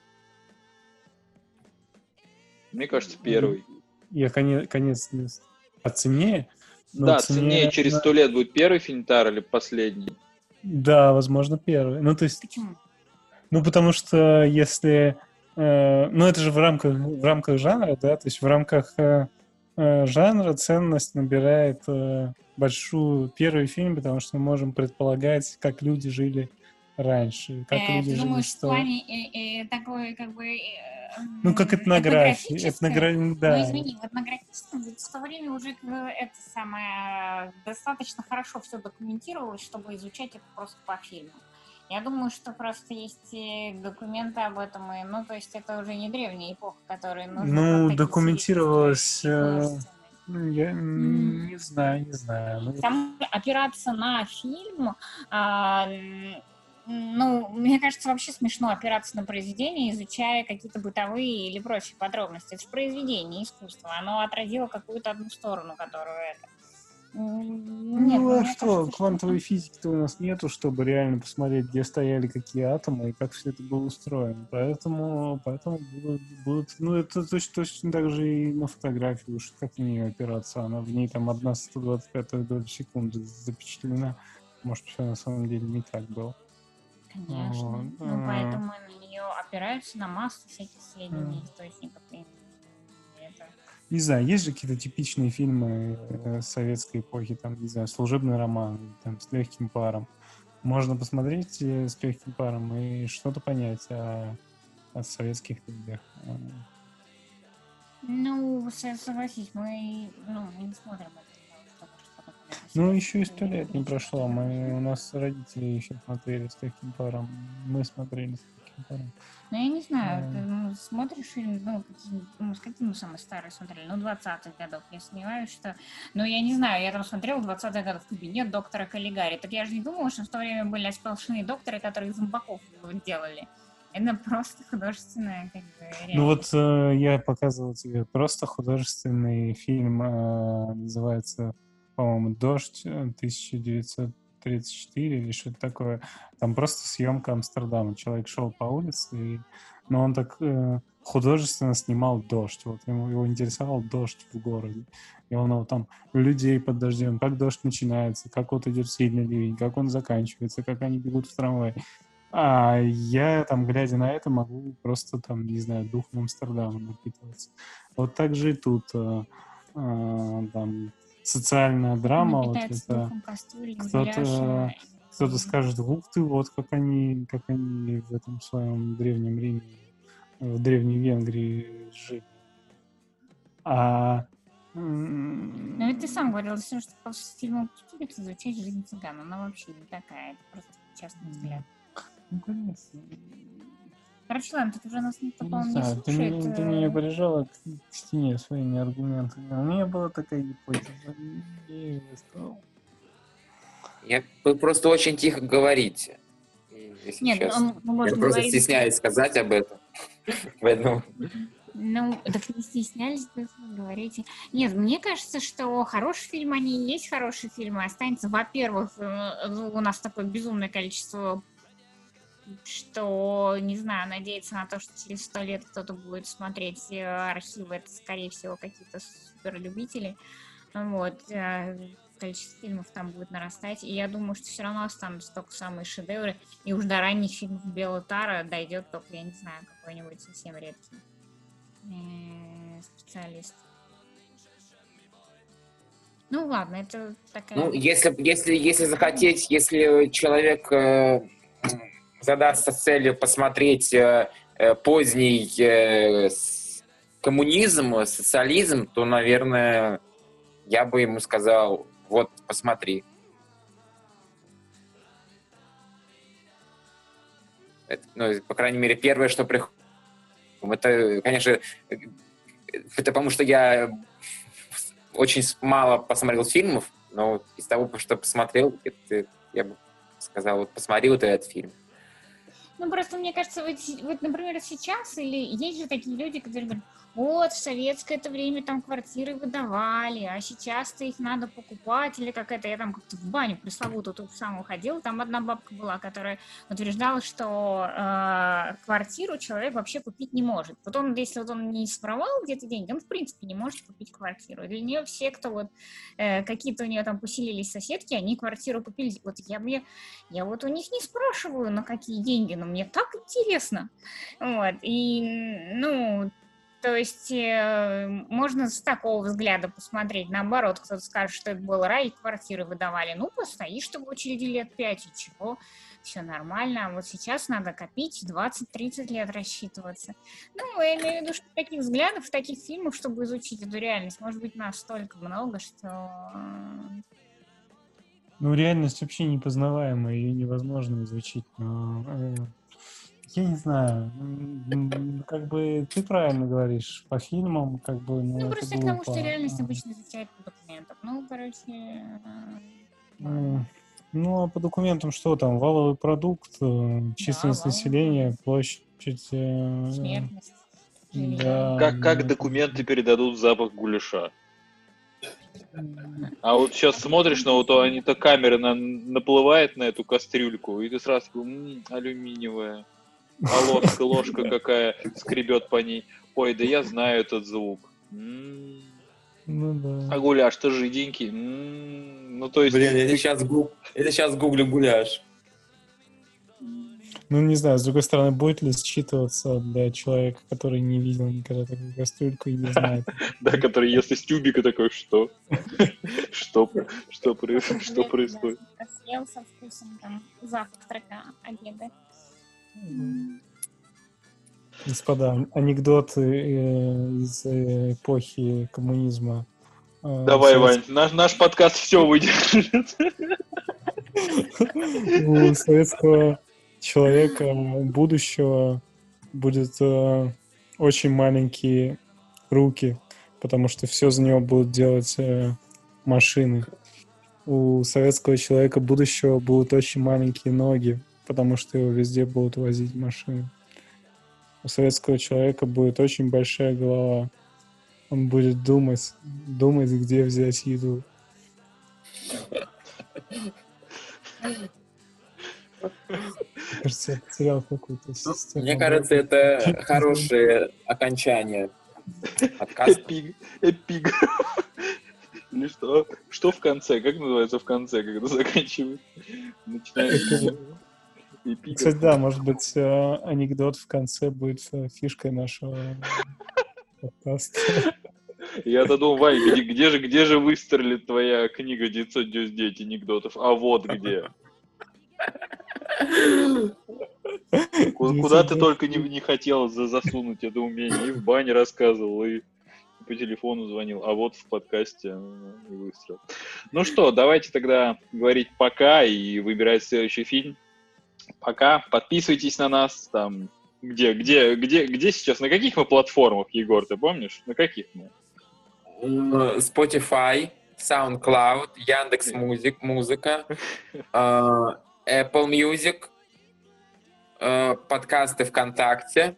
Мне кажется, первый. Я конец, конец не... с- А ценнее? Ну, Да, ценнее через на- сто лет будет первый фильм Тар или последний. Да, возможно, первый. Ну, то есть, Почему? ну, потому что если... э, ну, это же в рамках, в рамках жанра, да? То есть в рамках э, э, жанра ценность набирает э, большую первый фильм, потому что мы можем предполагать, как люди жили раньше, как Э, люди ты жили думаешь, в сто... плане э, э, такой, как бы, э, Ну, как м, этнография. этнографическое? Этногра... Ну, Да. извини, в этнографическом ведь в то время уже как бы, это самое достаточно хорошо все документировалось, чтобы изучать это просто по фильму. Я думаю, что просто есть э, документы об этом, и, ну, то есть это уже не древняя эпоха, которой нужно Ну, подтащить документировалось... свидетельства и э, художественные. ну, я М. не знаю, не знаю. Ну, Там опираться на фильм, а, м, ну, мне кажется, вообще смешно опираться на произведение, изучая какие-то бытовые или прочие подробности. Это же произведение, искусство. Оно отразило какую-то одну сторону, которую это... М, Нет, Ну, а мне что, кажется, квантовой что... физики-то у нас нету, чтобы реально посмотреть, где стояли какие атомы и как все это было устроено. Поэтому, поэтому будут, будут... Ну, это точно, точно так же и на фотографии уж как на нее опираться. Она в ней там одна сто двадцать пятая доля секунды запечатлена. Может, все на самом деле не так было. Конечно. Вот, Ну, а, поэтому на нее опираются на массу всяких сведений, М. источников. И это... Не знаю, есть же какие-то типичные фильмы э, советской эпохи, там, не знаю, «Служебный роман», там, «С легким паром». Можно посмотреть э, «С легким паром» и что-то понять о, о советских людях. Э, Ну, со- согласись, мы, ну, мы не смотрим это, чтобы что-то понять о Ну, себе. еще и сто Или лет не критику, прошло. что Мы, у нас родители еще смотрели «С легким паром». Мы смотрели «С легким паром». Ну, я не знаю, Э, ты ну, смотришь фильм, ну, какие, ну, с каким мы самые старые смотрели? Ну, двадцатых годов. Я сомневаюсь, что... Ну, я не знаю, я там смотрела двадцатых годов «Кабинет доктора Каллигари». Так я же не думала, что в то время были сплошные докторы, которые зомбаков делали. Это просто художественная, как бы, реальность. Ну вот э, я показывал тебе просто художественный фильм, э, называется, по-моему, «Дождь» э, тысяча девятьсот тридцать четыре или что-то такое. Там просто съемка Амстердама. Человек шел по улице, и... но он так э, художественно снимал дождь. Вот ему его интересовал дождь в городе. И он вот там людей под дождем, как дождь начинается, как вот идет сильный ливень, как он заканчивается, как они бегут в трамвай. А я, там, глядя на это, могу просто, там, не знаю, духом Амстердама напитываться. Вот так же и тут, э, э, там, социальная драма, вот Питается это духом кастрюли, кто-то, гуляша. кто-то скажет, ух ты, вот как они, как они в этом своем древнем Риме, в древней Венгрии жили. А м, Ну, ведь ты сам говорил, что что после фильма «Путилица» изучать жизнь цыган. Она вообще не такая. Это просто частный взгляд. ну, конечно. Короче, ладно, тут уже нас никто, Не по-моему, не знаю, ты, слушает. меня- ты меня прижала к, к стене своими аргументами. У меня была такая гипотеза. Я её высказал. Я, вы просто очень тихо говорите. И, если Нет, честно. ну, мы Я можем просто говорить... стесняюсь сказать об этом. Поэтому Ну, так не стеснялись, вы говорите. Нет, мне кажется, что хорошие фильмы, они и есть хорошие фильмы. Останется, во-первых, э, ну, у нас такое безумное количество, что, не знаю, надеяться на то, что через сто лет кто-то будет смотреть э, архивы, это, скорее всего, какие-то суперлюбители. Вот. э, Количество фильмов там будет нарастать. И я думаю, что все равно останутся только самые шедевры. И уж до ранних фильмов Белла Тара дойдет только, я не знаю, какой-нибудь совсем редкий э, специалист. Ну ладно, это такая... ну, если, если, если захотеть, если человек э, задастся целью посмотреть э, э, поздний э, с- коммунизм, социализм, то, наверное, я бы ему сказал, вот, посмотри. Это, ну, по крайней мере, первое, что приходит. Это, конечно, это потому что я очень мало посмотрел фильмов, но вот из того, что посмотрел, это, я бы сказал, вот посмотри вот этот фильм. Ну, просто мне кажется, вот, си- вот, например, сейчас, или есть же такие люди, которые говорят, вот, в советское это время там квартиры выдавали, а сейчас-то их надо покупать, или как это, я там как-то в баню пресловутую тут самую ходила, там одна бабка была, которая утверждала, что э, квартиру человек вообще купить не может. Вот он, если вот он не своровал где-то деньги, он в принципе не может купить квартиру. Для нее все, кто вот, э, какие-то у нее там поселились соседки, они квартиру купили. Вот я мне я вот у них не спрашиваю, на какие деньги, но мне так интересно. Вот. И, ну, то есть э, можно с такого взгляда посмотреть. Наоборот, кто-то скажет, что это был рай, и квартиры выдавали. Ну, постоишь ты в очереди лет пять, и чего? Все нормально. А вот сейчас надо копить двадцать-тридцать лет рассчитываться. Ну, я имею в виду, что таких взглядов, таких фильмов, чтобы изучить эту реальность, может быть, настолько много, что... э, Ну, реальность вообще непознаваемая, ее невозможно изучить, но э, я не знаю, м, как бы ты правильно говоришь, по фильмам, как бы, ну, Ну, это просто к тому, что глупо. реальность А, обычно изучают по документам. Ну, короче, э, ну, ладно. ну, а по документам что там? Валовый продукт, э, численность валовый населения, площадь, э, смертность, жилье. да, Как, как ну, это- документы передадут запах гуляша? А вот сейчас смотришь на вот то, они то камера на, наплывает на эту кастрюльку, и ты сразу такой, «М, алюминиевая. А ложка, ложка какая скребет по ней. Ой, да я знаю этот звук. М, Ну А да. гуляш-то жиденький. М, Ну, то есть, Блин, я сейчас, гуг... я сейчас гуглю гуляш. Ну, не знаю, с другой стороны, будет ли считываться для человека, который не видел никогда такую кастрюльку и не знает. да, который ест из тюбика такой, что? Что, что, проис- Просто что взять, происходит? да, съел со вкусом там завтрака, обеда. Господа, анекдоты э, из э, эпохи коммунизма. Э, Давай, совет- Вань, наш, наш подкаст все выдержит. У советского человека будущего будет э, очень маленькие руки, потому что все за него будут делать э, машины. У советского человека будущего будут очень маленькие ноги, потому что его везде будут возить машины. У советского человека будет очень большая голова. Он будет думать, думать, где взять еду. Кажется, я потерял какую-то систему. Мне кажется, это хорошее окончание подкаста. Эпиг. Эпиг. Или что? Что в конце? Как называется в конце, когда заканчивают? Начинается. Эпиг. Кстати, да, может быть, э, анекдот в конце будет э, фишкой нашего подкаста. Я-то думал, Вань, где, где же, где же выстрелит твоя книга девятьсот девяносто девять анекдотов? А вот где. Куда ты только не, не хотел засунуть это умение. И в бане рассказывал, и по телефону звонил, а вот в подкасте и выстрел. Ну что, давайте тогда говорить пока и выбирать следующий фильм. Пока. Подписывайтесь на нас там. Где, где, где, где сейчас? На каких мы платформах, Егор, ты помнишь? На каких мы? Spotify, SoundCloud, Яндекс.Музык, музыка, Apple Music, подкасты ВКонтакте,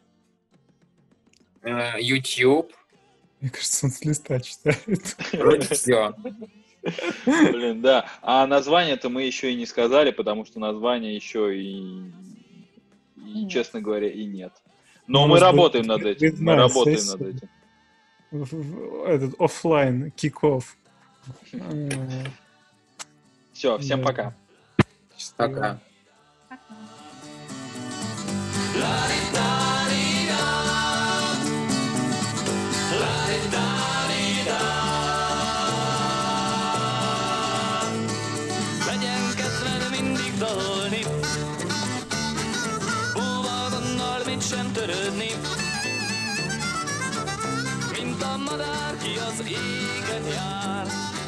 YouTube. Мне кажется, он с листа читает. Вроде все. Блин, да. А название-то мы еще и не сказали, потому что название еще и, и честно говоря, и нет. Но мы работаем над этим. Мы работаем над этим. Этот офлайн кик-офф. Все, всем пока. Пока. Legyen kedved mindig dalolni, óvadonnal mit sem törődni, mint a madár, ki az égen jár.